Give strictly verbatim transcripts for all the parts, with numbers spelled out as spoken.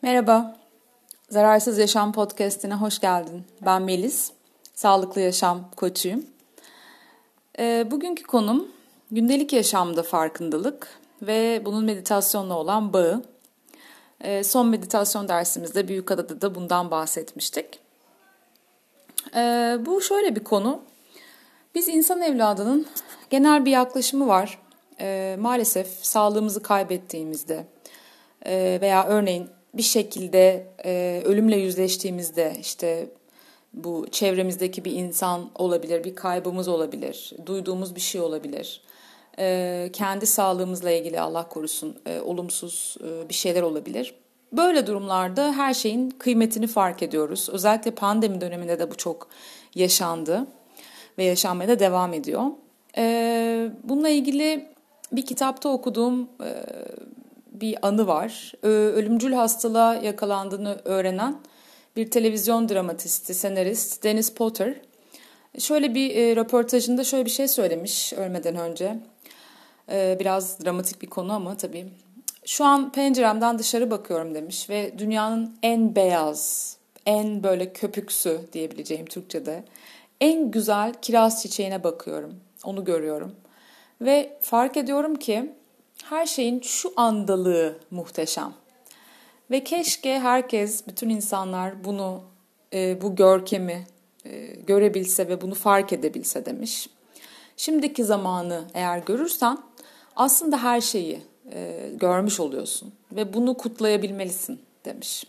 Merhaba, Zararsız Yaşam Podcast'ine hoş geldin. Ben Melis, sağlıklı yaşam koçuyum. E, bugünkü konum gündelik yaşamda farkındalık ve bunun meditasyonla olan bağı. E, son meditasyon dersimizde Büyükada'da da bundan bahsetmiştik. E, bu şöyle bir konu. Biz insan evladının genel bir yaklaşımı var. E, maalesef sağlığımızı kaybettiğimizde e, veya örneğin bir şekilde e, ölümle yüzleştiğimizde işte bu çevremizdeki bir insan olabilir, bir kaybımız olabilir, duyduğumuz bir şey olabilir. E, kendi sağlığımızla ilgili Allah korusun e, olumsuz e, bir şeyler olabilir. Böyle durumlarda her şeyin kıymetini fark ediyoruz. Özellikle pandemi döneminde de bu çok yaşandı ve yaşanmaya da devam ediyor. E, bununla ilgili bir kitapta okuduğum e, bir anı var. Ölümcül hastalığa yakalandığını öğrenen bir televizyon dramatisti, senarist Dennis Potter şöyle bir e, röportajında şöyle bir şey söylemiş ölmeden önce. E, biraz dramatik bir konu ama tabii. Şu an penceremden dışarı bakıyorum demiş ve dünyanın en beyaz, en böyle köpüksü diyebileceğim Türkçe'de en güzel kiraz çiçeğine bakıyorum. Onu görüyorum. Ve fark ediyorum ki her şeyin şu andalığı muhteşem. Ve keşke herkes, bütün insanlar bunu, e, bu görkemi e, görebilse ve bunu fark edebilse demiş. Şimdiki zamanı eğer görürsen aslında her şeyi e, görmüş oluyorsun ve bunu kutlayabilmelisin demiş.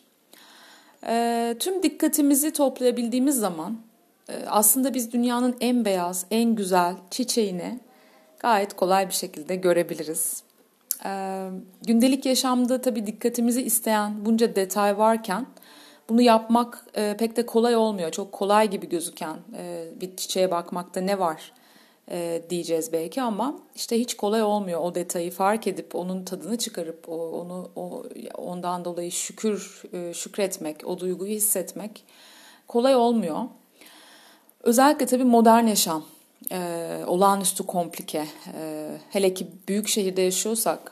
E, tüm dikkatimizi toplayabildiğimiz zaman e, aslında biz dünyanın en beyaz, en güzel çiçeğini gayet kolay bir şekilde görebiliriz. Ee, gündelik yaşamda tabii dikkatimizi isteyen bunca detay varken bunu yapmak e, pek de kolay olmuyor. Çok kolay gibi gözüken e, bir çiçeğe bakmakta ne var e, diyeceğiz belki ama işte hiç kolay olmuyor. O detayı fark edip onun tadını çıkarıp o, onu o, ondan dolayı şükür e, şükretmek, o duyguyu hissetmek kolay olmuyor. Özellikle tabii modern yaşam. Ee, olağanüstü komplike. Ee, hele ki büyük şehirde yaşıyorsak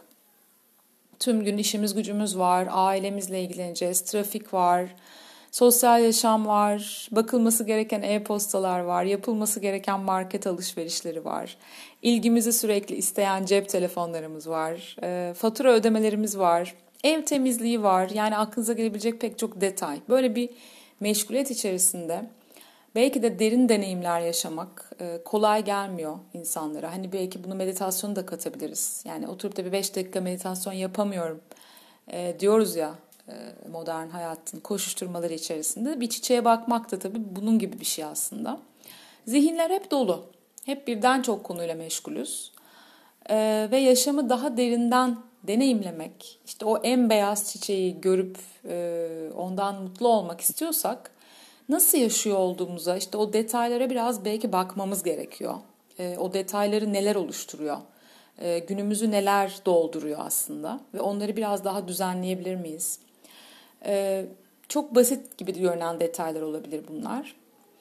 tüm gün işimiz gücümüz var, ailemizle ilgileneceğiz, trafik var, sosyal yaşam var, bakılması gereken e-postalar var, yapılması gereken market alışverişleri var, ilgimizi sürekli isteyen cep telefonlarımız var, e, fatura ödemelerimiz var, ev temizliği var, yani aklınıza gelebilecek pek çok detay. Böyle bir meşguliyet içerisinde belki de derin deneyimler yaşamak e, kolay gelmiyor insanlara. Hani belki bunu meditasyonu da katabiliriz. Yani oturup da bir beş dakika meditasyon yapamıyorum e, diyoruz ya e, modern hayatın koşuşturmaları içerisinde. Bir çiçeğe bakmak da tabii bunun gibi bir şey aslında. Zihinler hep dolu. Hep birden çok konuyla meşgulüz. E, ve yaşamı daha derinden deneyimlemek, işte o en beyaz çiçeği görüp e, ondan mutlu olmak istiyorsak nasıl yaşıyor olduğumuza, işte o detaylara biraz belki bakmamız gerekiyor. E, o detayları neler oluşturuyor? E, günümüzü neler dolduruyor aslında? Ve onları biraz daha düzenleyebilir miyiz? E, çok basit gibi görünen detaylar olabilir bunlar.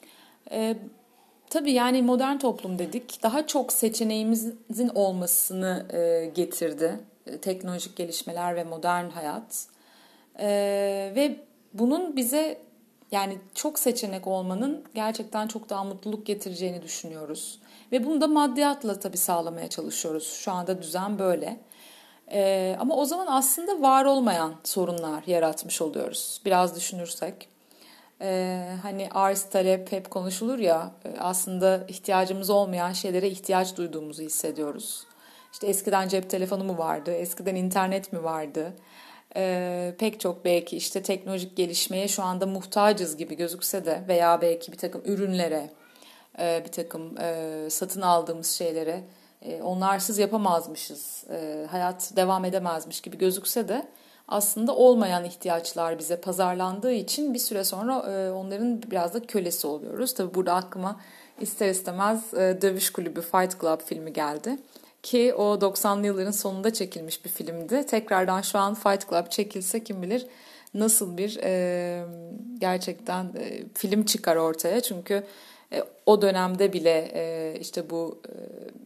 E, tabii yani modern toplum dedik. Daha çok seçeneğimizin olmasını e, getirdi. E, teknolojik gelişmeler ve modern hayat. E, ve bunun bize yani çok seçenek olmanın gerçekten çok daha mutluluk getireceğini düşünüyoruz. Ve bunu da maddiyatla tabii sağlamaya çalışıyoruz. Şu anda düzen böyle. Ee, ama o zaman aslında var olmayan sorunlar yaratmış oluyoruz. Biraz düşünürsek. Ee, hani arz talep hep konuşulur ya, aslında ihtiyacımız olmayan şeylere ihtiyaç duyduğumuzu hissediyoruz. İşte eskiden cep telefonu mu vardı, eskiden internet mi vardı? Ee, pek çok belki işte teknolojik gelişmeye şu anda muhtacız gibi gözükse de veya belki bir takım ürünlere, e, bir takım e, satın aldığımız şeylere e, onlarsız yapamazmışız, e, hayat devam edemezmiş gibi gözükse de aslında olmayan ihtiyaçlar bize pazarlandığı için bir süre sonra e, onların biraz da kölesi oluyoruz. Tabii burada aklıma ister istemez e, Dövüş Kulübü Fight Club filmi geldi. Ki o doksanlı yılların sonunda çekilmiş bir filmdi. Tekrardan şu an Fight Club çekilse kim bilir nasıl bir e, gerçekten e, film çıkar ortaya. Çünkü e, o dönemde bile e, işte bu e,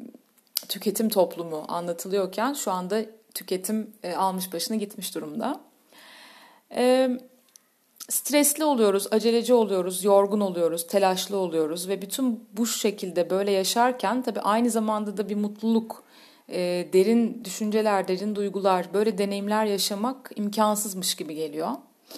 tüketim toplumu anlatılıyorken şu anda tüketim e, almış başını gitmiş durumda. E, stresli oluyoruz, aceleci oluyoruz, yorgun oluyoruz, telaşlı oluyoruz ve bütün bu şekilde böyle yaşarken tabii aynı zamanda da bir mutluluk, e, derin düşünceler, derin duygular, böyle deneyimler yaşamak imkansızmış gibi geliyor.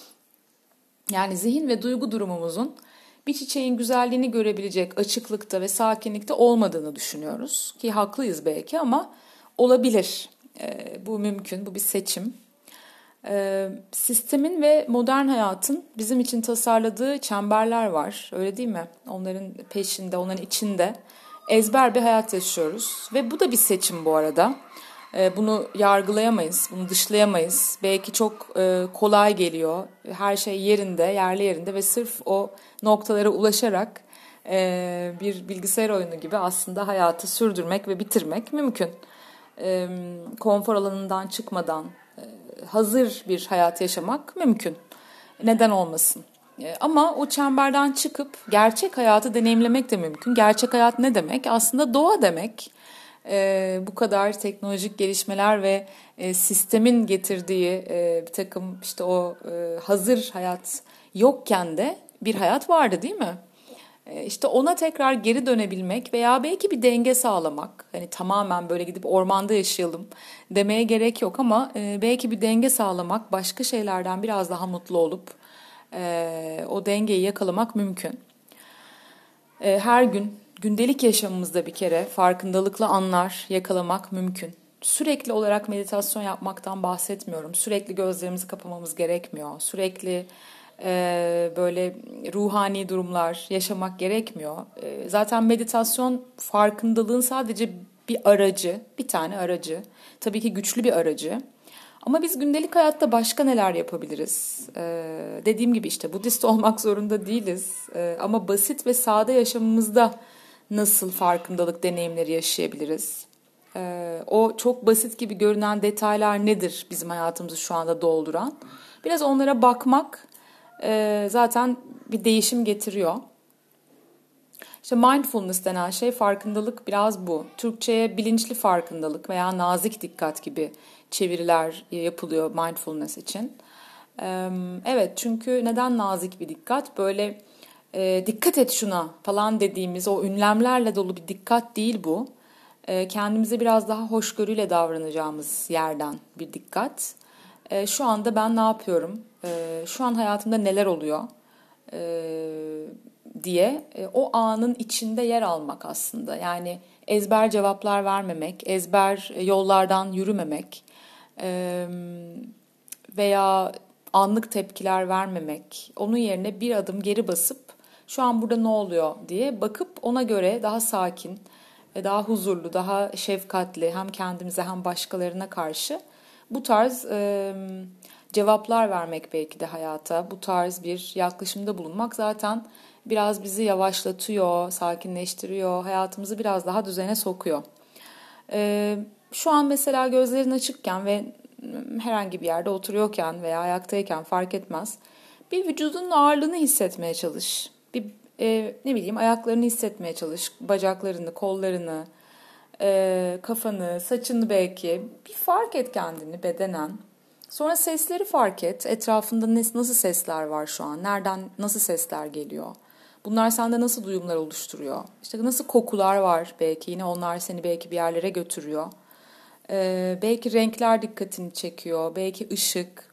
Yani zihin ve duygu durumumuzun bir çiçeğin güzelliğini görebilecek açıklıkta ve sakinlikte olmadığını düşünüyoruz. Ki haklıyız belki ama olabilir. E, bu mümkün, bu bir seçim. E, sistemin ve modern hayatın bizim için tasarladığı çemberler var, öyle değil mi? Onların peşinde, onların içinde ezber bir hayat yaşıyoruz. Ve bu da bir seçim bu arada. E, bunu yargılayamayız, bunu dışlayamayız. Belki çok e, kolay geliyor, her şey yerinde, yerli yerinde ve sırf o noktalara ulaşarak e, bir bilgisayar oyunu gibi aslında hayatı sürdürmek ve bitirmek mümkün. E, konfor alanından çıkmadan e, hazır bir hayat yaşamak mümkün. Neden olmasın? E, ama o çemberden çıkıp gerçek hayatı deneyimlemek de mümkün. Gerçek hayat ne demek? Aslında doğa demek. E, bu kadar teknolojik gelişmeler ve e, sistemin getirdiği e, bir takım işte o e, hazır hayat yokken de bir hayat vardı, değil mi? E, işte ona tekrar geri dönebilmek veya belki bir denge sağlamak. Hani tamamen böyle gidip ormanda yaşayalım demeye gerek yok ama e, belki bir denge sağlamak, başka şeylerden biraz daha mutlu olup e, o dengeyi yakalamak mümkün. E, her gün gündelik yaşamımızda bir kere farkındalıklı anlar yakalamak mümkün. Sürekli olarak meditasyon yapmaktan bahsetmiyorum. Sürekli gözlerimizi kapamamız gerekmiyor. Sürekli e, böyle ruhani durumlar yaşamak gerekmiyor. E, zaten meditasyon farkındalığın sadece bir aracı, bir tane aracı. Tabii ki güçlü bir aracı. Ama biz gündelik hayatta başka neler yapabiliriz? Ee, dediğim gibi işte Budist olmak zorunda değiliz. Ee, ama basit ve sade yaşamımızda nasıl farkındalık deneyimleri yaşayabiliriz? Ee, o çok basit gibi görünen detaylar nedir bizim hayatımızı şu anda dolduran? Biraz onlara bakmak e, zaten bir değişim getiriyor. İşte mindfulness denen şey, farkındalık biraz bu. Türkçe'ye bilinçli farkındalık veya nazik dikkat gibi çeviriler yapılıyor mindfulness için. Evet, çünkü neden nazik bir dikkat? Böyle e, dikkat et şuna falan dediğimiz o ünlemlerle dolu bir dikkat değil bu. E, kendimize biraz daha hoşgörüyle davranacağımız yerden bir dikkat. E, şu anda ben ne yapıyorum? E, şu an hayatımda neler oluyor? E, diye e, o anın içinde yer almak aslında. Yani ezber cevaplar vermemek, ezber yollardan yürümemek e, veya anlık tepkiler vermemek. Onun yerine bir adım geri basıp şu an burada ne oluyor diye bakıp ona göre daha sakin, daha huzurlu, daha şefkatli hem kendimize hem başkalarına karşı bu tarz e, cevaplar vermek belki de hayata. Bu tarz bir yaklaşımda bulunmak zaten biraz bizi yavaşlatıyor, sakinleştiriyor, hayatımızı biraz daha düzene sokuyor. E, şu an mesela gözlerin açıkken ve herhangi bir yerde oturuyorken veya ayaktayken fark etmez. Bir vücudunun ağırlığını hissetmeye çalış. Bir e, ne bileyim ayaklarını hissetmeye çalış. Bacaklarını, kollarını, e, kafanı, saçını belki. Bir fark et kendini bedenen. Sonra sesleri fark et. Etrafında nasıl sesler var şu an? Nereden nasıl sesler geliyor? Bunlar sende nasıl duyumlar oluşturuyor? İşte nasıl kokular var belki. Yine onlar seni belki bir yerlere götürüyor. Ee, belki renkler dikkatini çekiyor. Belki ışık.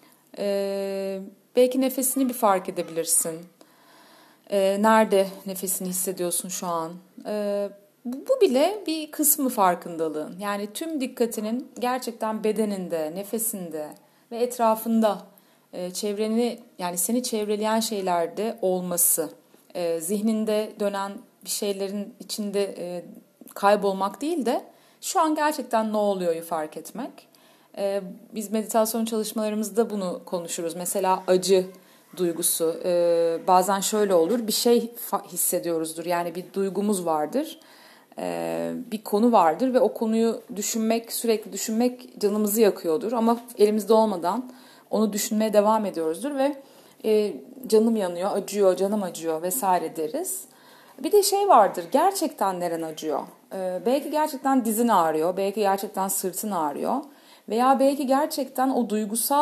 Ee, belki nefesini bir fark edebilirsin. Ee, nerede nefesini hissediyorsun şu an? Ee, bu, bu bile bir kısmı farkındalığın. Yani tüm dikkatinin gerçekten bedeninde, nefesinde ve etrafında, e, çevreni, yani seni çevreleyen şeylerde olması. E, zihninde dönen bir şeylerin içinde e, kaybolmak değil de şu an gerçekten ne oluyor'yu fark etmek. E, biz meditasyon çalışmalarımızda bunu konuşuruz. Mesela acı duygusu. Ee, bazen şöyle olur, bir şey hissediyoruzdur. Yani bir duygumuz vardır. Ee, bir konu vardır ve o konuyu düşünmek, sürekli düşünmek canımızı yakıyordur. Ama elimizde olmadan onu düşünmeye devam ediyoruzdur ve e, canım yanıyor, acıyor, canım acıyor vesaire deriz. Bir de şey vardır, gerçekten neren acıyor? Ee, belki gerçekten dizin ağrıyor, belki gerçekten sırtın ağrıyor. Veya belki gerçekten o duygusal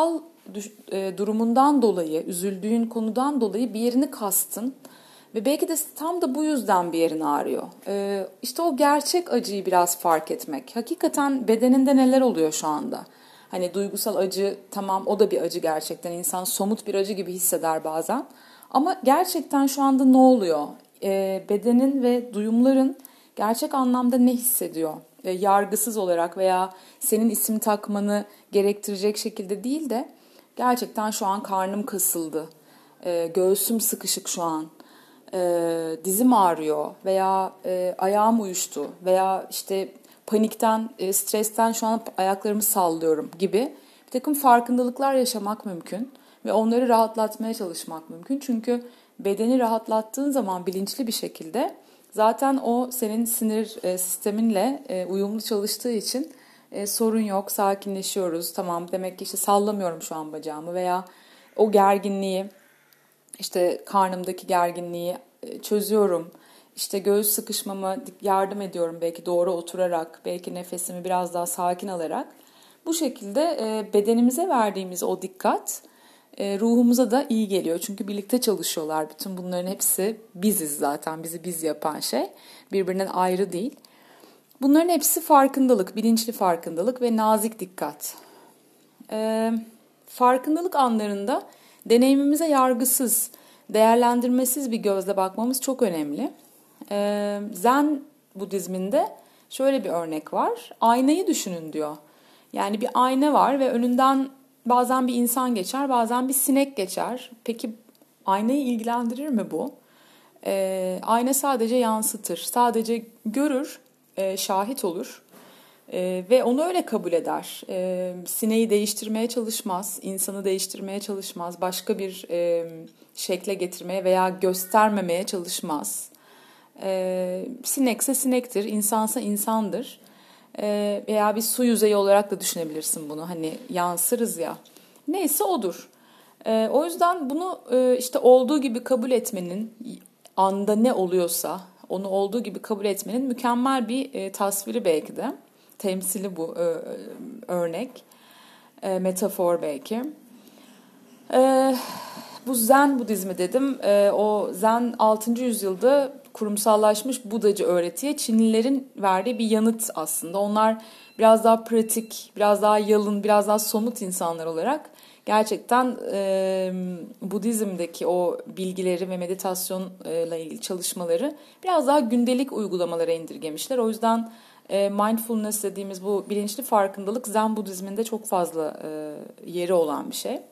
durumundan dolayı, üzüldüğün konudan dolayı bir yerini kastın. Ve belki de tam da bu yüzden bir yerin ağrıyor. Ee, işte o gerçek acıyı biraz fark etmek. Hakikaten bedeninde neler oluyor şu anda? Hani duygusal acı, tamam, o da bir acı gerçekten. İnsan somut bir acı gibi hisseder bazen. Ama gerçekten şu anda ne oluyor? Ee, bedenin ve duyumların gerçek anlamda ne hissediyor? Ee, yargısız olarak veya senin isim takmanı gerektirecek şekilde değil de gerçekten şu an karnım kasıldı. Ee, göğsüm sıkışık şu an. E, dizim ağrıyor veya e, ayağım uyuştu veya işte panikten, e, stresten şu an ayaklarımı sallıyorum gibi bir takım farkındalıklar yaşamak mümkün ve onları rahatlatmaya çalışmak mümkün. Çünkü bedeni rahatlattığın zaman bilinçli bir şekilde zaten o senin sinir e, sisteminle e, uyumlu çalıştığı için e, sorun yok, sakinleşiyoruz. Tamam, demek ki işte sallamıyorum şu an bacağımı veya o gerginliği, İşte karnımdaki gerginliği çözüyorum. İşte göğüs sıkışmama yardım ediyorum belki doğru oturarak, belki nefesimi biraz daha sakin alarak. Bu şekilde bedenimize verdiğimiz o dikkat ruhumuza da iyi geliyor. Çünkü birlikte çalışıyorlar. Bütün bunların hepsi biziz zaten. Bizi biz yapan şey. Birbirinden ayrı değil. Bunların hepsi farkındalık, bilinçli farkındalık ve nazik dikkat. Farkındalık anlarında deneyimimize yargısız, değerlendirmesiz bir gözle bakmamız çok önemli. Ee, Zen Budizminde şöyle bir örnek var. Aynayı düşünün diyor. Yani bir ayna var ve önünden bazen bir insan geçer, bazen bir sinek geçer. Peki aynayı ilgilendirir mi bu? Ee, ayna sadece yansıtır, sadece görür, e, şahit olur. Ee, ve onu öyle kabul eder. Ee, sineği değiştirmeye çalışmaz, insanı değiştirmeye çalışmaz, başka bir e, şekle getirmeye veya göstermemeye çalışmaz. Ee, sinekse sinektir, insansa insandır. Ee, veya bir su yüzeyi olarak da düşünebilirsin bunu. Hani yansırız ya. Neyse odur. Ee, o yüzden bunu e, işte olduğu gibi kabul etmenin, anda ne oluyorsa onu olduğu gibi kabul etmenin mükemmel bir e, tasviri belki de. Temsili bu e, örnek, e, metafor belki. E, bu Zen Budizmi dedim. E, o Zen altıncı yüzyılda kurumsallaşmış Budacı öğretiye Çinlilerin verdiği bir yanıt aslında. Onlar biraz daha pratik, biraz daha yalın, biraz daha somut insanlar olarak gerçekten e, Budizm'deki o bilgileri ve meditasyonla ilgili çalışmaları biraz daha gündelik uygulamalara indirgemişler. O yüzden mindfulness dediğimiz bu bilinçli farkındalık Zen Budizminde çok fazla e, yeri olan bir şey.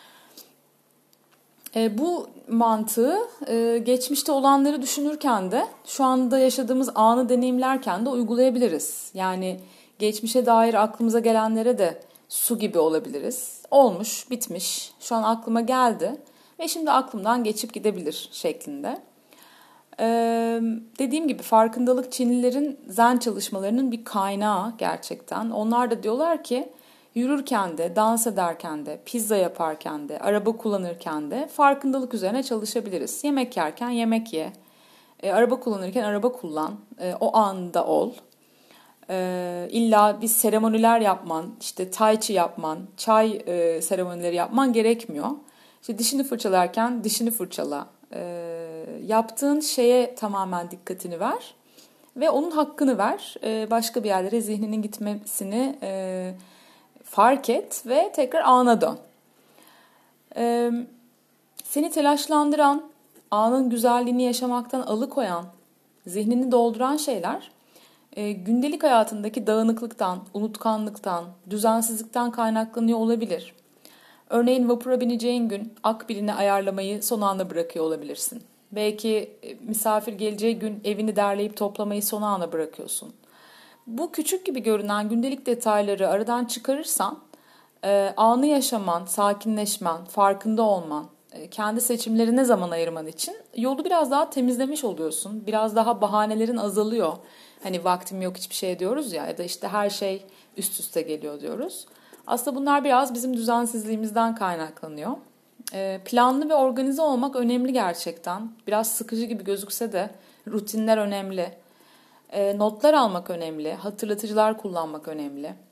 E, bu mantığı e, geçmişte olanları düşünürken de şu anda yaşadığımız anı deneyimlerken de uygulayabiliriz. Yani geçmişe dair aklımıza gelenlere de su gibi olabiliriz. Olmuş, bitmiş, şu an aklıma geldi ve şimdi aklımdan geçip gidebilir şeklinde. Ee, dediğim gibi farkındalık Çinlilerin Zen çalışmalarının bir kaynağı gerçekten. Onlar da diyorlar ki yürürken de, dans ederken de, pizza yaparken de, araba kullanırken de farkındalık üzerine çalışabiliriz. Yemek yerken yemek ye, e, araba kullanırken araba kullan, e, o anda ol. E, illa bir seremoniler yapman, işte tai chi yapman, çay e, seremonileri yapman gerekmiyor. İşte dişini fırçalarken dişini fırçala. E, yaptığın şeye tamamen dikkatini ver ve onun hakkını ver. E, başka bir yerlere zihninin gitmesini e, fark et ve tekrar ana dön. E, seni telaşlandıran, anın güzelliğini yaşamaktan alıkoyan, zihnini dolduran şeyler e, gündelik hayatındaki dağınıklıktan, unutkanlıktan, düzensizlikten kaynaklanıyor olabilir. Örneğin vapura bineceğin gün akbilini ayarlamayı son anda bırakıyor olabilirsin. Belki misafir geleceği gün evini derleyip toplamayı son ana bırakıyorsun. Bu küçük gibi görünen gündelik detayları aradan çıkarırsan e, anı yaşaman, sakinleşmen, farkında olman, e, kendi seçimlerine zaman ayırman için yolu biraz daha temizlemiş oluyorsun. Biraz daha bahanelerin azalıyor. Hani vaktim yok hiçbir şey diyoruz ya ya da işte her şey üst üste geliyor diyoruz. Aslında bunlar biraz bizim düzensizliğimizden kaynaklanıyor. E, planlı ve organize olmak önemli gerçekten. Biraz sıkıcı gibi gözükse de rutinler önemli. E, notlar almak önemli, hatırlatıcılar kullanmak önemli.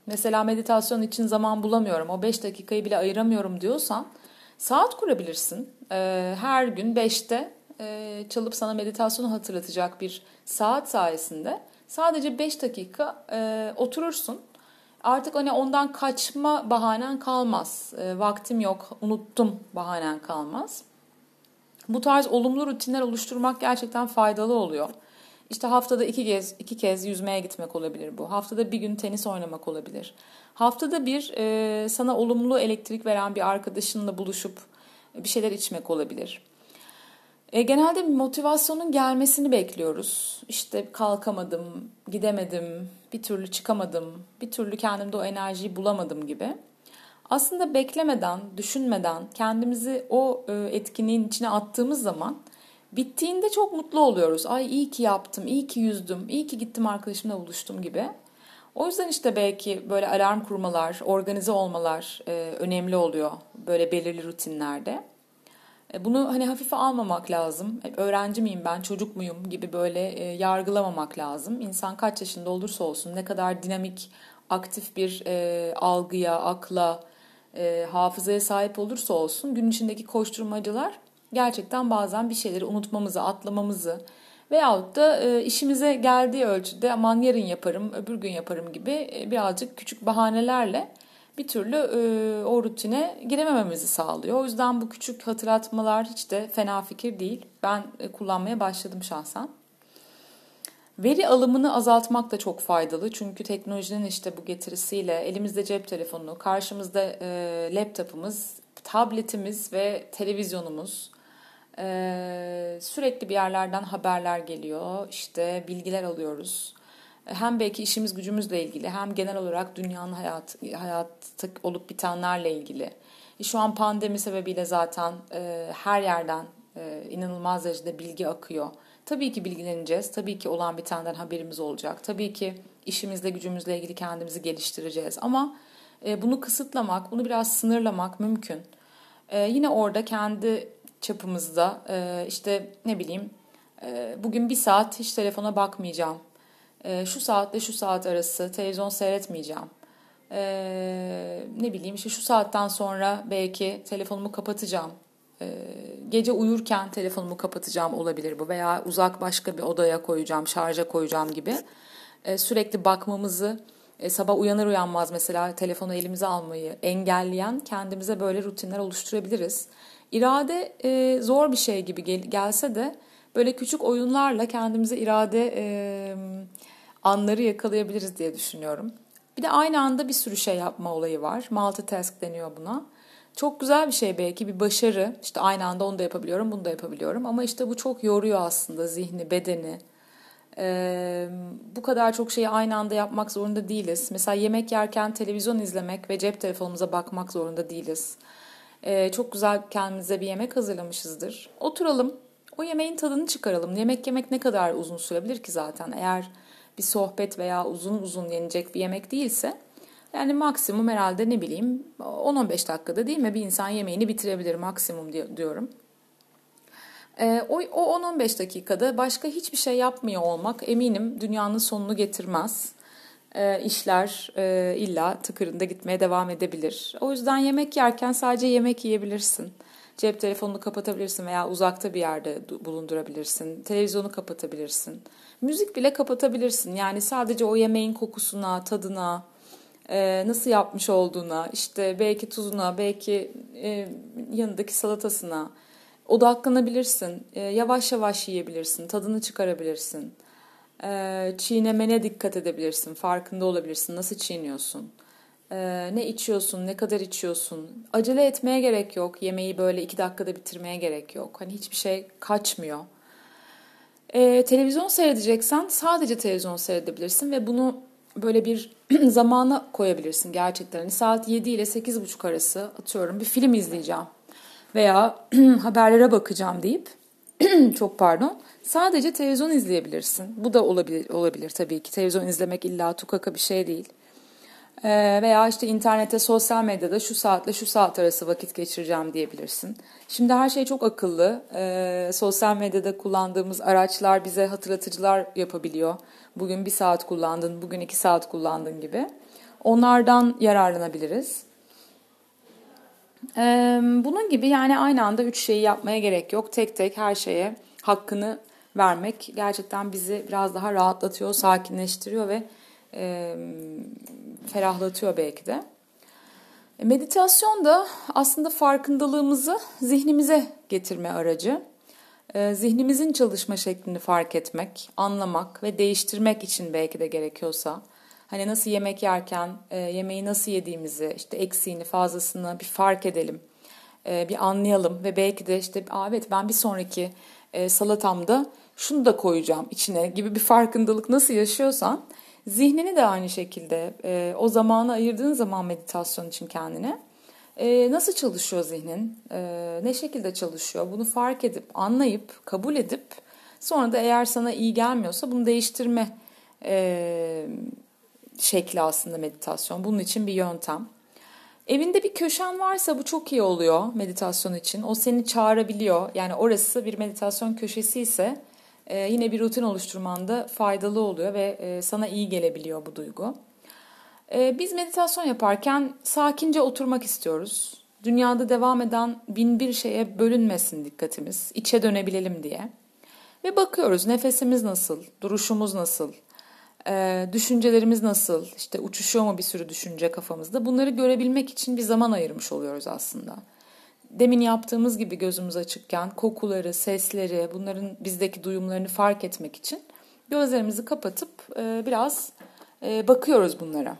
Mesela meditasyon için zaman bulamıyorum, o beş dakikayı bile ayıramıyorum diyorsan saat kurabilirsin. Ee, her gün beşte e, çalıp sana meditasyonu hatırlatacak bir saat sayesinde sadece beş dakika e, oturursun. Artık hani ondan kaçma bahanen kalmaz. E, vaktim yok, unuttum bahanen kalmaz. Bu tarz olumlu rutinler oluşturmak gerçekten faydalı oluyor. İşte haftada iki kez, iki kez yüzmeye gitmek olabilir bu. Haftada bir gün tenis oynamak olabilir. Haftada bir e, sana olumlu elektrik veren bir arkadaşınla buluşup bir şeyler içmek olabilir. E, genelde motivasyonun gelmesini bekliyoruz. İşte kalkamadım, gidemedim, bir türlü çıkamadım, bir türlü kendimde o enerjiyi bulamadım gibi. Aslında beklemeden, düşünmeden kendimizi o e, etkinliğin içine attığımız zaman bittiğinde çok mutlu oluyoruz. Ay iyi ki yaptım, iyi ki yüzdüm, iyi ki gittim arkadaşımla buluştum gibi. O yüzden işte belki böyle alarm kurmalar, organize olmalar e, önemli oluyor böyle belirli rutinlerde. E, bunu hani hafife almamak lazım. E, öğrenci miyim ben, çocuk muyum gibi böyle e, yargılamamak lazım. İnsan kaç yaşında olursa olsun ne kadar dinamik, aktif bir e, algıya, akla, e, hafızaya sahip olursa olsun gün içindeki koşturmacalar gerçekten bazen bir şeyleri unutmamızı, atlamamızı veyahut da e, işimize geldiği ölçüde aman yarın yaparım, öbür gün yaparım gibi e, birazcık küçük bahanelerle bir türlü e, o rutine giremememizi sağlıyor. O yüzden bu küçük hatırlatmalar hiç de fena fikir değil. Ben e, kullanmaya başladım şahsen. Veri alımını azaltmak da çok faydalı. Çünkü teknolojinin işte bu getirisiyle elimizde cep telefonu, karşımızda e, laptopumuz, tabletimiz ve televizyonumuz. E, sürekli bir yerlerden haberler geliyor. İşte bilgiler alıyoruz. Hem belki işimiz gücümüzle ilgili hem genel olarak dünyanın hayat, hayatta olup bitenlerle ilgili. E, şu an pandemi sebebiyle zaten e, her yerden e, inanılmaz derecede bilgi akıyor. Tabii ki bilgileneceğiz. Tabii ki olan bitenden haberimiz olacak. Tabii ki işimizle gücümüzle ilgili kendimizi geliştireceğiz. Ama e, bunu kısıtlamak, bunu biraz sınırlamak mümkün. E, yine orada kendi çapımızda e, işte ne bileyim e, bugün bir saat hiç telefona bakmayacağım. E, şu saatle şu saat arası televizyon seyretmeyeceğim. E, ne bileyim işte şu saatten sonra belki telefonumu kapatacağım. Gece uyurken telefonumu kapatacağım olabilir bu veya uzak başka bir odaya koyacağım, şarja koyacağım gibi. Sürekli bakmamızı, sabah uyanır uyanmaz mesela telefonu elimize almayı engelleyen kendimize böyle rutinler oluşturabiliriz. İrade zor bir şey gibi gelse de böyle küçük oyunlarla kendimize irade anları yakalayabiliriz diye düşünüyorum. Bir de aynı anda bir sürü şey yapma olayı var. Multitask deniyor buna. Çok güzel bir şey belki, bir başarı. İşte aynı anda onu da yapabiliyorum, bunu da yapabiliyorum. Ama işte bu çok yoruyor aslında zihni, bedeni. Ee, bu kadar çok şeyi aynı anda yapmak zorunda değiliz. Mesela yemek yerken televizyon izlemek ve cep telefonumuza bakmak zorunda değiliz. Ee, çok güzel kendimize bir yemek hazırlamışızdır. Oturalım, o yemeğin tadını çıkaralım. Yemek yemek ne kadar uzun sürebilir ki zaten? Eğer bir sohbet veya uzun uzun yenecek bir yemek değilse... Yani maksimum herhalde ne bileyim on on beş dakikada değil mi bir insan yemeğini bitirebilir maksimum diyorum. E, o, o on on beş dakikada başka hiçbir şey yapmıyor olmak eminim dünyanın sonunu getirmez. E, işler e, illa tıkırında gitmeye devam edebilir. O yüzden yemek yerken sadece yemek yiyebilirsin. Cep telefonunu kapatabilirsin veya uzakta bir yerde bulundurabilirsin. Televizyonu kapatabilirsin. Müzik bile kapatabilirsin. Yani sadece o yemeğin kokusuna, tadına, Ee, nasıl yapmış olduğuna, işte belki tuzuna, belki e, yanındaki salatasına odaklanabilirsin. E, yavaş yavaş yiyebilirsin, tadını çıkarabilirsin. E, çiğnemene dikkat edebilirsin, farkında olabilirsin. Nasıl çiğniyorsun? E, ne içiyorsun, ne kadar içiyorsun? Acele etmeye gerek yok. Yemeği böyle iki dakikada bitirmeye gerek yok. Hani hiçbir şey kaçmıyor. E, televizyon seyredeceksen sadece televizyon seyredebilirsin ve bunu böyle bir zamana koyabilirsin gerçekten. Hani saat yedi ile sekiz buçuk arası atıyorum bir film izleyeceğim veya haberlere bakacağım deyip çok pardon sadece televizyon izleyebilirsin. Bu da olabilir, olabilir tabii ki. Televizyon izlemek illa tukaka bir şey değil. Ee, veya işte internette, sosyal medyada şu saatle şu saat arası vakit geçireceğim diyebilirsin. Şimdi her şey çok akıllı. Ee, sosyal medyada kullandığımız araçlar bize hatırlatıcılar yapabiliyor. Bugün bir saat kullandın, bugün iki saat kullandın gibi. Onlardan yararlanabiliriz. Bunun gibi yani aynı anda üç şeyi yapmaya gerek yok. Tek tek her şeye hakkını vermek gerçekten bizi biraz daha rahatlatıyor, sakinleştiriyor ve e, ferahlatıyor belki de. Meditasyon da aslında farkındalığımızı zihnimize getirme aracı. E, zihnimizin çalışma şeklini fark etmek, anlamak ve değiştirmek için belki de gerekiyorsa, hani nasıl yemek yerken e, yemeği nasıl yediğimizi, işte eksiğini, fazlasını bir fark edelim, e, bir anlayalım ve belki de işte evet ben bir sonraki e, salatamda şunu da koyacağım içine gibi bir farkındalık nasıl yaşıyorsan, zihnini de aynı şekilde e, o zamanı ayırdığın zaman meditasyon için kendine e, nasıl çalışıyor zihnin, e, ne şekilde çalışıyor bunu fark edip, anlayıp, kabul edip sonra da eğer sana iyi gelmiyorsa bunu değiştirme e, şekli aslında meditasyon. Bunun için bir yöntem. Evinde bir köşen varsa bu çok iyi oluyor meditasyon için. O seni çağırabiliyor. Yani orası bir meditasyon köşesi ise e, yine bir rutin oluşturmanda faydalı oluyor ve e, sana iyi gelebiliyor bu duygu. E, biz meditasyon yaparken sakince oturmak istiyoruz. Dünyada devam eden bin bir şeye bölünmesin dikkatimiz. İçe dönebilelim diye. Ve bakıyoruz nefesimiz nasıl, duruşumuz nasıl, e, düşüncelerimiz nasıl, işte uçuşuyor mu bir sürü düşünce kafamızda. Bunları görebilmek için bir zaman ayırmış oluyoruz aslında. Demin yaptığımız gibi gözümüz açıkken kokuları, sesleri, bunların bizdeki duyumlarını fark etmek için gözlerimizi kapatıp e, biraz e, bakıyoruz bunlara.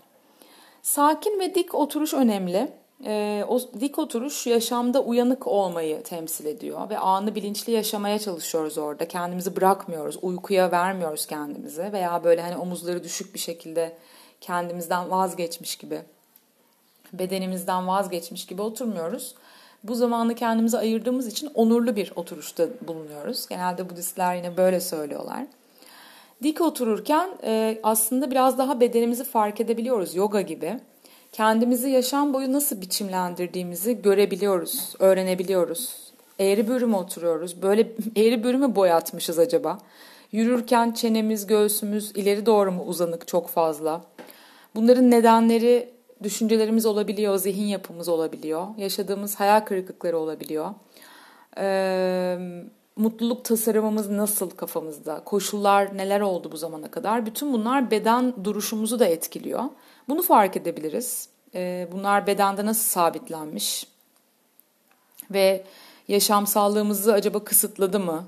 Sakin ve dik oturuş önemli. E, o dik oturuş yaşamda uyanık olmayı temsil ediyor ve anı bilinçli yaşamaya çalışıyoruz orada. Kendimizi bırakmıyoruz, uykuya vermiyoruz kendimizi veya böyle hani omuzları düşük bir şekilde kendimizden vazgeçmiş gibi, bedenimizden vazgeçmiş gibi oturmuyoruz. Bu zamanı kendimize ayırdığımız için onurlu bir oturuşta bulunuyoruz. Genelde Budistler yine böyle söylüyorlar. Dik otururken e, aslında biraz daha bedenimizi fark edebiliyoruz yoga gibi. Kendimizi yaşam boyu nasıl biçimlendirdiğimizi görebiliyoruz, öğrenebiliyoruz. Eğri büğrü mü oturuyoruz? Böyle eğri büğrü mü boyatmışız acaba? Yürürken çenemiz, göğsümüz ileri doğru mu uzanık çok fazla? Bunların nedenleri düşüncelerimiz olabiliyor, zihin yapımız olabiliyor. Yaşadığımız hayal kırıklıkları olabiliyor. Ee, mutluluk tasarımımız nasıl kafamızda? Koşullar neler oldu bu zamana kadar? Bütün bunlar beden duruşumuzu da etkiliyor. Bunu fark edebiliriz. Ee, bunlar bedende nasıl sabitlenmiş? Ve yaşamsallığımızı acaba kısıtladı mı?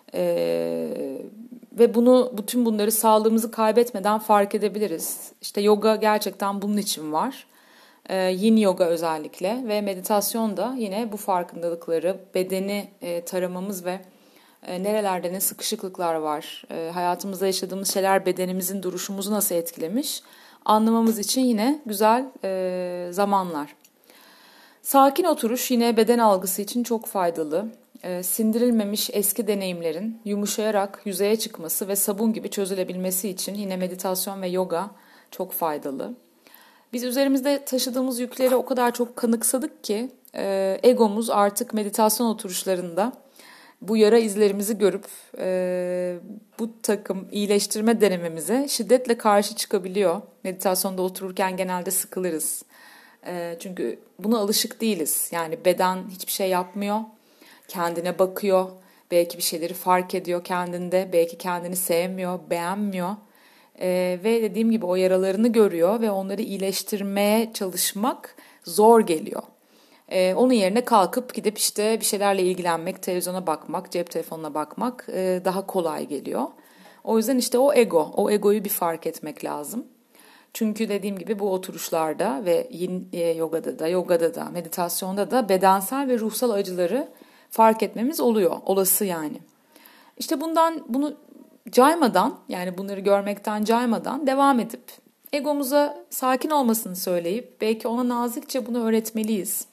Ee, ve bunu bütün bunları sağlığımızı kaybetmeden fark edebiliriz. İşte yoga gerçekten bunun için var. Ee, yin yoga özellikle ve meditasyon da yine bu farkındalıkları, bedeni e, taramamız ve e, nerelerde ne sıkışıklıklar var, e, hayatımızda yaşadığımız şeyler bedenimizin duruşumuzu nasıl etkilemiş anlamamız için yine güzel e, zamanlar. Sakin oturuş yine beden algısı için çok faydalı. E, sindirilmemiş eski deneyimlerin yumuşayarak yüzeye çıkması ve sabun gibi çözülebilmesi için yine meditasyon ve yoga çok faydalı. Biz üzerimizde taşıdığımız yükleri o kadar çok kanıksadık ki e, egomuz artık meditasyon oturuşlarında bu yara izlerimizi görüp e, bu takım iyileştirme denememize şiddetle karşı çıkabiliyor. Meditasyonda otururken genelde sıkılırız. E, çünkü buna alışık değiliz. Yani beden hiçbir şey yapmıyor, kendine bakıyor, belki bir şeyleri fark ediyor kendinde, belki kendini sevmiyor, beğenmiyor. Ee, ve dediğim gibi o yaralarını görüyor ve onları iyileştirmeye çalışmak zor geliyor. Ee, onun yerine kalkıp gidip işte bir şeylerle ilgilenmek, televizyona bakmak, cep telefonuna bakmak e, daha kolay geliyor. O yüzden işte o ego, o egoyu bir fark etmek lazım. Çünkü dediğim gibi bu oturuşlarda ve yin e, yogada da, yogada da, meditasyonda da bedensel ve ruhsal acıları fark etmemiz oluyor, olası yani. İşte bundan bunu caymadan, yani bunları görmekten caymadan devam edip egomuza sakin olmasını söyleyip belki ona nazikçe bunu öğretmeliyiz.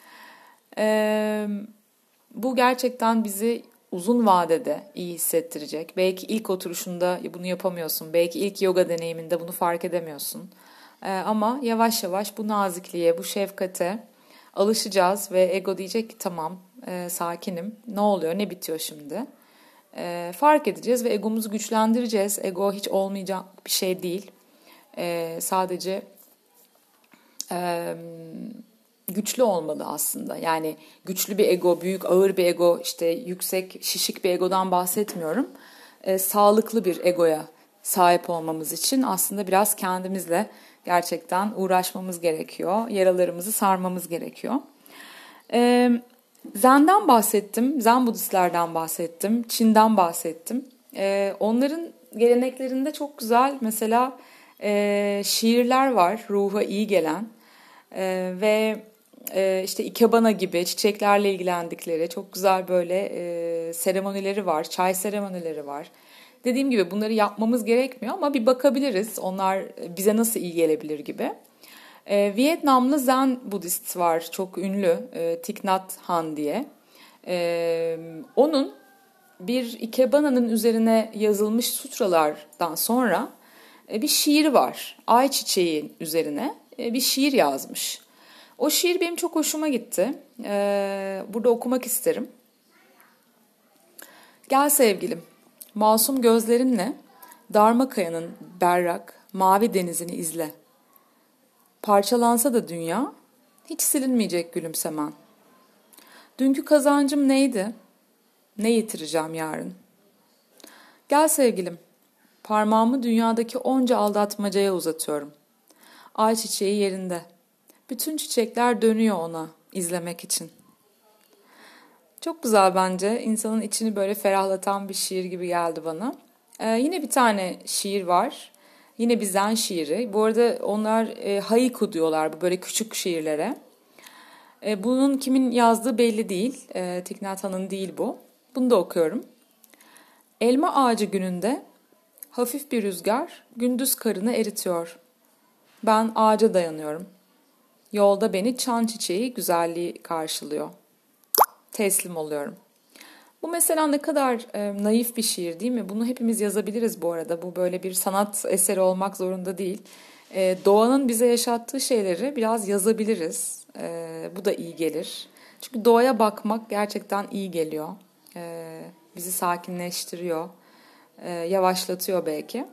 Ee, bu gerçekten bizi uzun vadede iyi hissettirecek. Belki ilk oturuşunda bunu yapamıyorsun, belki ilk yoga deneyiminde bunu fark edemiyorsun. Ee, ama yavaş yavaş bu nazikliğe, bu şefkate alışacağız ve ego diyecek ki tamam, e, sakinim, ne oluyor, ne bitiyor şimdi? E, fark edeceğiz ve egomuzu güçlendireceğiz. Ego hiç olmayacak bir şey değil. E, sadece e, güçlü olmalı aslında. Yani güçlü bir ego, büyük ağır bir ego, işte yüksek şişik bir egodan bahsetmiyorum. E, sağlıklı bir egoya sahip olmamız için aslında biraz kendimizle gerçekten uğraşmamız gerekiyor. Yaralarımızı sarmamız gerekiyor. E, Zen'den bahsettim, Zen Budistlerden bahsettim, Çin'den bahsettim. E, onların geleneklerinde çok güzel mesela e, şiirler var, ruha iyi gelen e, ve e, işte ikebana gibi çiçeklerle ilgilendikleri çok güzel böyle e, seremonileri var, çay seremonileri var. Dediğim gibi bunları yapmamız gerekmiyor ama bir bakabiliriz onlar bize nasıl iyi gelebilir gibi. Ee, Vietnamlı Zen Budist var çok ünlü e, Thich Nhat Hanh diye. Ee, onun bir ikebana'nın üzerine yazılmış sutralardan sonra e, bir şiiri var. Ay çiçeğin üzerine e, bir şiir yazmış. O şiir benim çok hoşuma gitti. Ee, burada okumak isterim. Gel sevgilim, masum gözlerinle Darmakaya'nın berrak, mavi denizini izle. Parçalansa da dünya, hiç silinmeyecek gülümsemen. Dünkü kazancım neydi? Ne yitireceğim yarın? Gel sevgilim, parmağımı dünyadaki onca aldatmacaya uzatıyorum. Ay çiçeği yerinde. Bütün çiçekler dönüyor ona izlemek için. Çok güzel bence. İnsanın içini böyle ferahlatan bir şiir gibi geldi bana. Ee, yine bir tane şiir var. Yine bir zen şiiri. Bu arada onlar e, haiku diyorlar bu böyle küçük şiirlere. E, bunun kimin yazdığı belli değil. E, Thich Nhat Hanh'ın değil bu. Bunu da okuyorum. Elma ağacı gününde hafif bir rüzgar gündüz karını eritiyor. Ben ağaca dayanıyorum. Yolda beni çan çiçeği güzelliği karşılıyor. Teslim oluyorum. Bu mesela ne kadar e, naif bir şiir değil mi? Bunu hepimiz yazabiliriz bu arada. Bu böyle bir sanat eseri olmak zorunda değil. E, doğanın bize yaşattığı şeyleri biraz yazabiliriz. E, bu da iyi gelir. Çünkü doğaya bakmak gerçekten iyi geliyor. E, bizi sakinleştiriyor. E, yavaşlatıyor belki.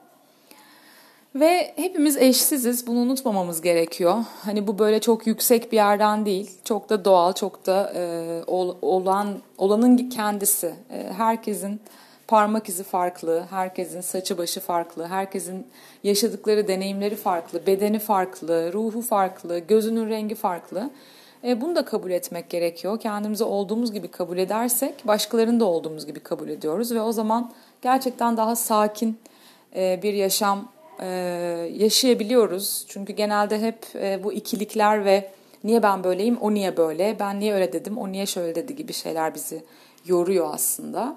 Ve hepimiz eşsiziz. Bunu unutmamamız gerekiyor. Hani bu böyle çok yüksek bir yerden değil. Çok da doğal, çok da e, olan olanın kendisi. E, herkesin parmak izi farklı, herkesin saçı başı farklı, herkesin yaşadıkları deneyimleri farklı, bedeni farklı, ruhu farklı, gözünün rengi farklı. E, bunu da kabul etmek gerekiyor. Kendimizi olduğumuz gibi kabul edersek başkalarını da olduğumuz gibi kabul ediyoruz. Ve o zaman gerçekten daha sakin e, bir yaşam yaşayabiliyoruz. Çünkü genelde hep bu ikilikler ve niye ben böyleyim, o niye böyle, ben niye öyle dedim, o niye şöyle dedi gibi şeyler bizi yoruyor aslında.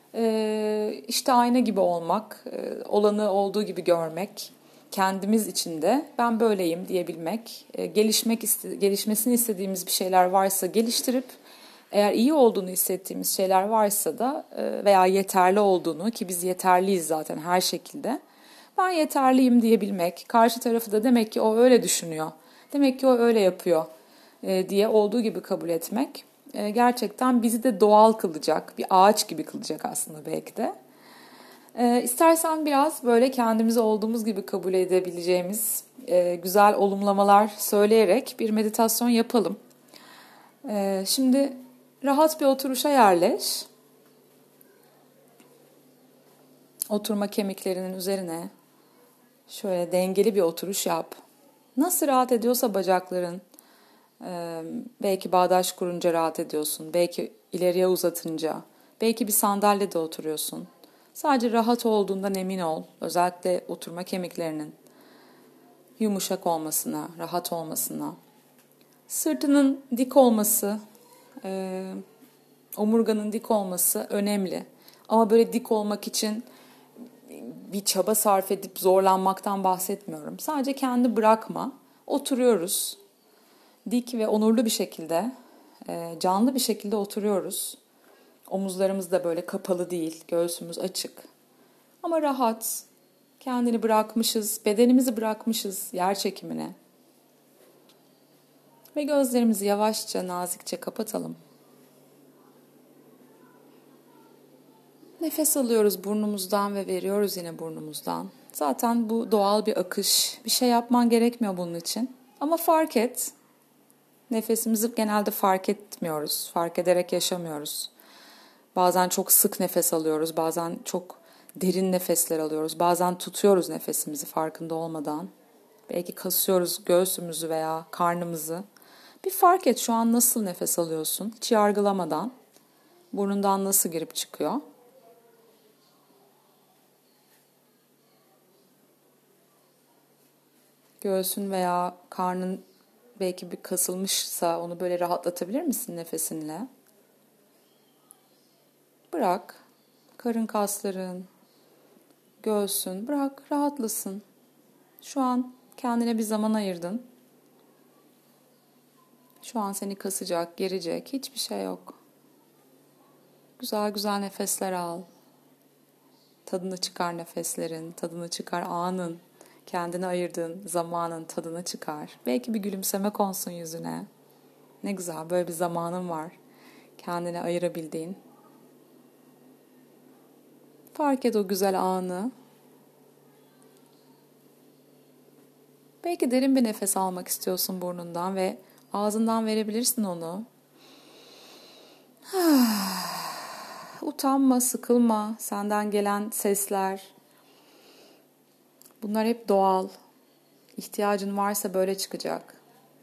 İşte ayna gibi olmak, olanı olduğu gibi görmek, kendimiz için de ben böyleyim diyebilmek, gelişmek gelişmesini istediğimiz bir şeyler varsa geliştirip eğer iyi olduğunu hissettiğimiz şeyler varsa da veya yeterli olduğunu ki biz yeterliyiz zaten her şekilde. Ben yeterliyim diyebilmek, karşı tarafı da demek ki o öyle düşünüyor, demek ki o öyle yapıyor e, diye olduğu gibi kabul etmek e, gerçekten bizi de doğal kılacak, bir ağaç gibi kılacak aslında belki de. E, istersen biraz böyle kendimizi olduğumuz gibi kabul edebileceğimiz e, güzel olumlamalar söyleyerek bir meditasyon yapalım. E, şimdi rahat bir oturuşa yerleş. Oturma kemiklerinin üzerine şöyle dengeli bir oturuş yap. Nasıl rahat ediyorsa bacakların, e, belki bağdaş kurunca rahat ediyorsun, belki ileriye uzatınca, belki bir sandalyede oturuyorsun. Sadece rahat olduğundan emin ol. Özellikle oturma kemiklerinin yumuşak olmasına, rahat olmasına. Sırtının dik olması, e, omurganın dik olması önemli. Ama böyle dik olmak için bir çaba sarf edip zorlanmaktan bahsetmiyorum. Sadece kendi bırakma. Oturuyoruz. Dik ve onurlu bir şekilde, canlı bir şekilde oturuyoruz. Omuzlarımız da böyle kapalı değil, göğsümüz açık. Ama rahat, kendini bırakmışız, bedenimizi bırakmışız yer çekimine. Ve gözlerimizi yavaşça, nazikçe kapatalım. Nefes alıyoruz burnumuzdan ve veriyoruz yine burnumuzdan. Zaten bu doğal bir akış. Bir şey yapman gerekmiyor bunun için. Ama fark et. Nefesimizi genelde fark etmiyoruz. Fark ederek yaşamıyoruz. Bazen çok sık nefes alıyoruz. Bazen çok derin nefesler alıyoruz. Bazen tutuyoruz nefesimizi farkında olmadan. Belki kasıyoruz göğsümüzü veya karnımızı. Bir fark et, şu an nasıl nefes alıyorsun? Hiç yargılamadan. Burnundan nasıl girip çıkıyor? Göğsün veya karnın belki bir kasılmışsa onu böyle rahatlatabilir misin nefesinle? Bırak. Karın kasların, göğsün bırak rahatlasın. Şu an kendine bir zaman ayırdın. Şu an seni kasacak, gerecek hiçbir şey yok. Güzel güzel nefesler al. Tadını çıkar nefeslerin, tadını çıkar anın. Kendine ayırdığın zamanın tadını çıkar. Belki bir gülümseme konsun yüzüne. Ne güzel, böyle bir zamanın var. Kendine ayırabildiğin. Fark et o güzel anı. Belki derin bir nefes almak istiyorsun burnundan ve ağzından verebilirsin onu. Utanma, sıkılma. Senden gelen sesler. Bunlar hep doğal. İhtiyacın varsa böyle çıkacak.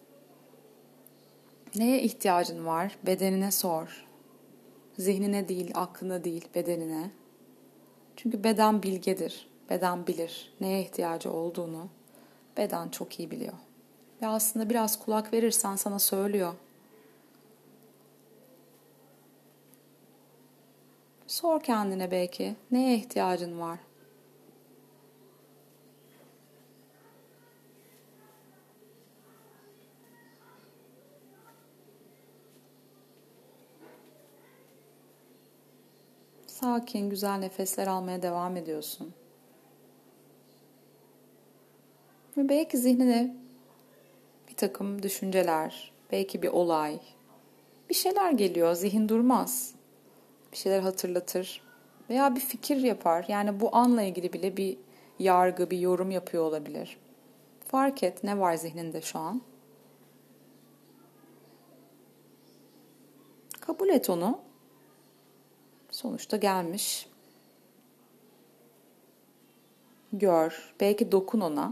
Neye ihtiyacın var? Bedenine sor. Zihnine değil, aklına değil, bedenine. Çünkü beden bilgedir. Beden bilir neye ihtiyacı olduğunu. Beden çok iyi biliyor. Ve aslında biraz kulak verirsen sana söylüyor. Sor kendine belki neye ihtiyacın var? Sakin, güzel nefesler almaya devam ediyorsun. Ve belki zihnine bir takım düşünceler, belki bir olay, bir şeyler geliyor. Zihin durmaz. Bir şeyler hatırlatır veya bir fikir yapar. Yani bu anla ilgili bile bir yargı, bir yorum yapıyor olabilir. Fark et ne var zihninde şu an. Kabul et onu. Sonuçta gelmiş. Gör, belki dokun ona.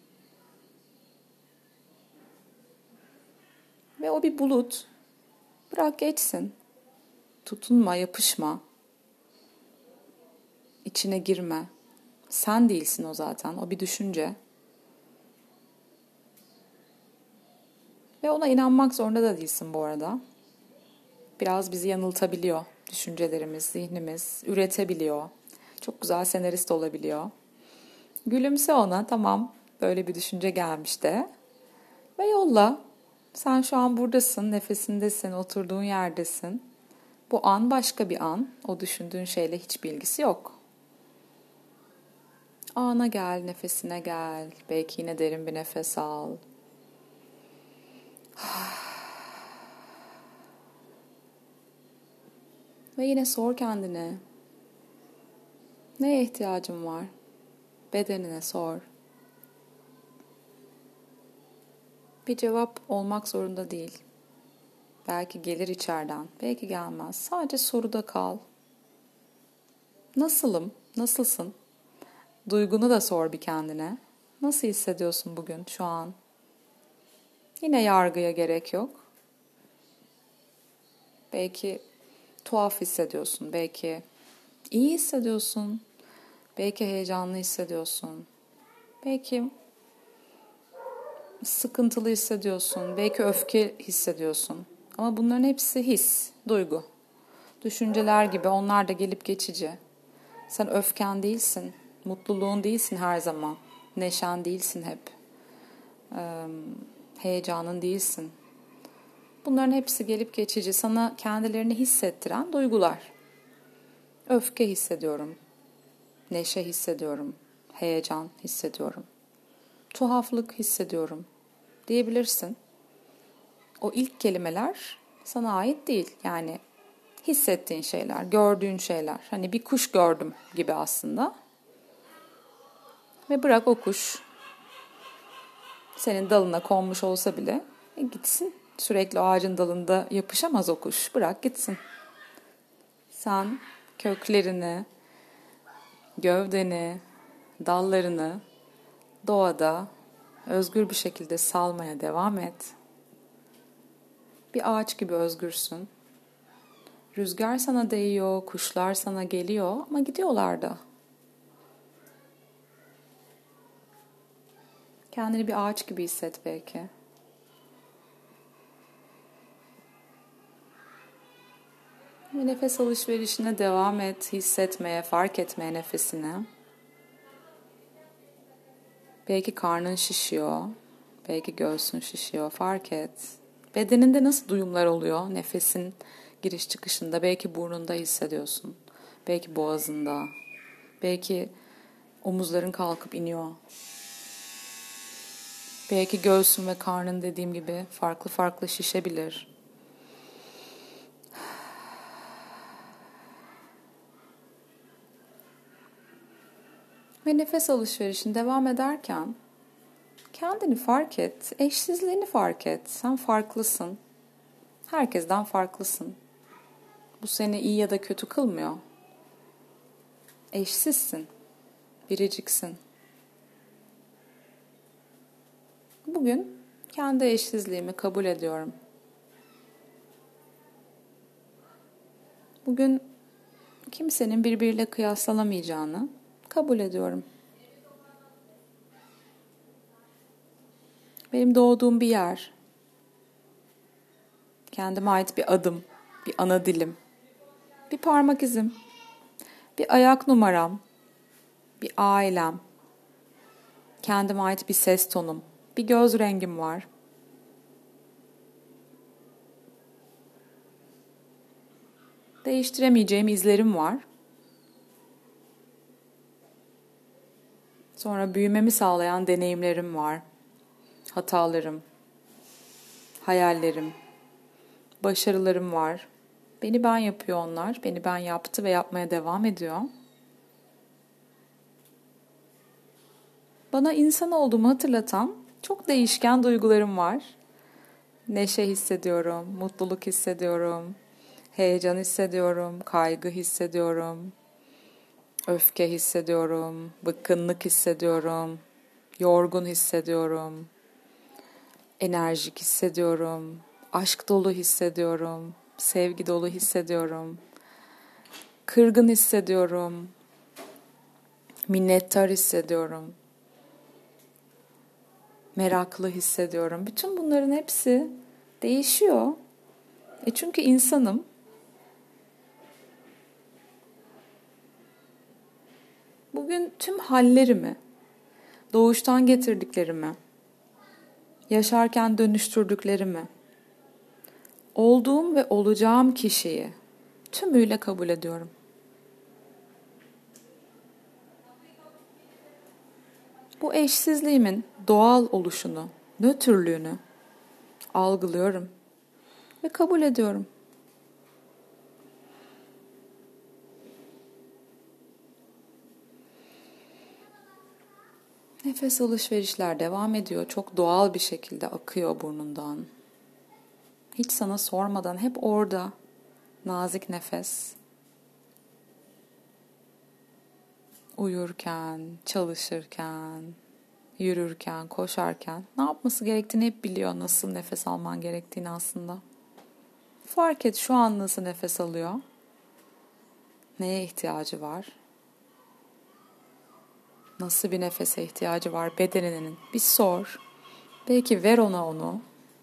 Ve o bir bulut. Bırak geçsin. Tutunma, yapışma. İçine girme. Sen değilsin o zaten. O bir düşünce. Ve ona inanmak zorunda da değilsin bu arada. Biraz bizi yanıltabiliyor düşüncelerimiz, zihnimiz. Üretebiliyor. Çok güzel senarist olabiliyor. Gülümse ona, tamam böyle bir düşünce gelmiş de. Ve yolla. Sen şu an buradasın, nefesindesin, oturduğun yerdesin. Bu an başka bir an. O düşündüğün şeyle hiç bilgisi yok. Ana gel, nefesine gel. Belki yine derin bir nefes al. Ve yine sor kendine. Neye ihtiyacın var? Bedenine sor. Bir cevap olmak zorunda değil. Belki gelir içeriden, belki gelmez. Sadece soruda kal. Nasılım? Nasılsın? Duygunu da sor bir kendine. Nasıl hissediyorsun bugün, şu an? Yine yargıya gerek yok. Belki tuhaf hissediyorsun, belki iyi hissediyorsun, belki heyecanlı hissediyorsun, belki sıkıntılı hissediyorsun, belki öfke hissediyorsun. Ama bunların hepsi his, duygu. Düşünceler gibi onlar da gelip geçici. Sen öfken değilsin, mutluluğun değilsin her zaman, neşen değilsin hep, ee, heyecanın değilsin. Bunların hepsi gelip geçici, sana kendilerini hissettiren duygular. Öfke hissediyorum, neşe hissediyorum, heyecan hissediyorum, tuhaflık hissediyorum diyebilirsin. O ilk kelimeler sana ait değil. Yani hissettiğin şeyler, gördüğün şeyler. Hani bir kuş gördüm gibi aslında. Ve bırak o kuş senin dalına konmuş olsa bile e, gitsin. Sürekli o ağacın dalında yapışamaz o kuş. Bırak gitsin. Sen köklerini, gövdeni, dallarını doğada özgür bir şekilde salmaya devam et. Bir ağaç gibi özgürsün. Rüzgar sana değiyor, kuşlar sana geliyor ama gidiyorlar da. Kendini bir ağaç gibi hisset belki. Ve nefes alışverişine devam et, hissetmeye, fark etmeye nefesini. Belki karnın şişiyor, belki göğsün şişiyor, fark et. Bedeninde nasıl duyumlar oluyor nefesin giriş çıkışında? Belki burnunda hissediyorsun, belki boğazında, belki omuzların kalkıp iniyor. Belki göğsün ve karnın dediğim gibi farklı farklı şişebilir. Ve nefes alışverişin devam ederken kendini fark et, eşsizliğini fark et. Sen farklısın. Herkesten farklısın. Bu seni iyi ya da kötü kılmıyor. Eşsizsin, biriciksin. Bugün kendi eşsizliğimi kabul ediyorum. Bugün kimsenin birbiriyle kıyaslanamayacağını kabul ediyorum. Benim doğduğum bir yer, kendime ait bir adım, bir ana dilim, bir parmak izim, bir ayak numaram, bir ailem, kendime ait bir ses tonum, bir göz rengim var. Değiştiremeyeceğim izlerim var. Sonra büyümemi sağlayan deneyimlerim var. Hatalarım, hayallerim, başarılarım var. Beni ben yapıyor onlar. Beni ben yaptı ve yapmaya devam ediyor. Bana insan olduğumu hatırlatan çok değişken duygularım var. Neşe hissediyorum, mutluluk hissediyorum, heyecan hissediyorum, kaygı hissediyorum, öfke hissediyorum, bıkkınlık hissediyorum, yorgun hissediyorum, enerjik hissediyorum, aşk dolu hissediyorum, sevgi dolu hissediyorum, kırgın hissediyorum, minnettar hissediyorum, meraklı hissediyorum. Bütün bunların hepsi değişiyor. E çünkü insanım. Bugün tüm hallerimi, doğuştan getirdiklerimi, yaşarken dönüştürdüklerimi, olduğum ve olacağım kişiyi tümüyle kabul ediyorum. Bu eşsizliğimin doğal oluşunu, nötrlüğünü algılıyorum ve kabul ediyorum. Nefes alışverişler devam ediyor. Çok doğal bir şekilde akıyor burnundan. Hiç sana sormadan hep orada. Nazik nefes. Uyurken, çalışırken, yürürken, koşarken ne yapması gerektiğini hep biliyor. Nasıl nefes alman gerektiğini aslında. Fark et şu an nasıl nefes alıyor. Neye ihtiyacı var? Nasıl bir nefese ihtiyacı var bedeninin? Bir sor. Belki ver ona onu.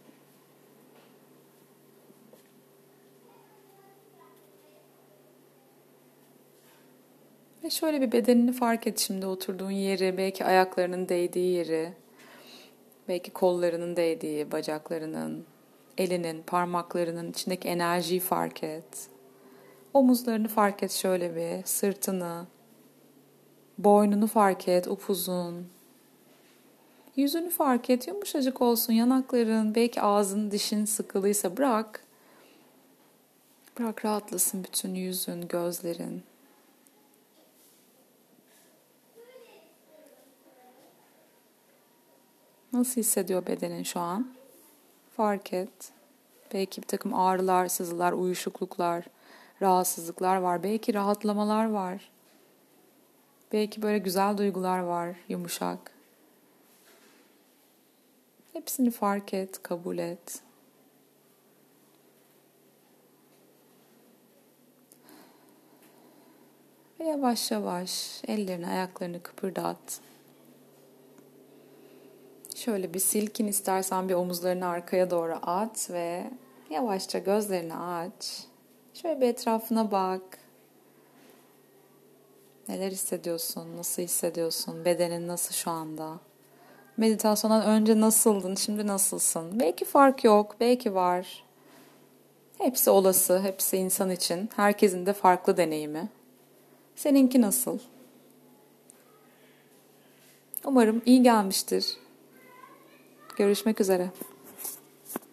Ve şöyle bir bedenini fark et şimdi oturduğun yeri, belki ayaklarının değdiği yeri, belki kollarının değdiği, bacaklarının, elinin, parmaklarının içindeki enerjiyi fark et. Omuzlarını fark et şöyle bir, sırtını, boynunu fark et, upuzun. Yüzünü fark et, yumuşacık olsun yanakların, belki ağzın, dişin sıkılıysa bırak. Bırak rahatlasın bütün yüzün, gözlerin. Nasıl hissediyor bedenin şu an? Fark et. Belki bir takım ağrılar, sızılar, uyuşukluklar, rahatsızlıklar var. Belki rahatlamalar var. Belki böyle güzel duygular var, yumuşak. Hepsini fark et, kabul et. Ve yavaş yavaş ellerini, ayaklarını kıpırdat. Şöyle bir silkin, istersen bir omuzlarını arkaya doğru at ve yavaşça gözlerini aç. Şöyle bir etrafına bak. Neler hissediyorsun, nasıl hissediyorsun, bedenin nasıl şu anda? Meditasyondan önce nasıldın, şimdi nasılsın? Belki fark yok, belki var. Hepsi olası, hepsi insan için. Herkesin de farklı deneyimi. Seninki nasıl? Umarım iyi gelmiştir. Görüşmek üzere.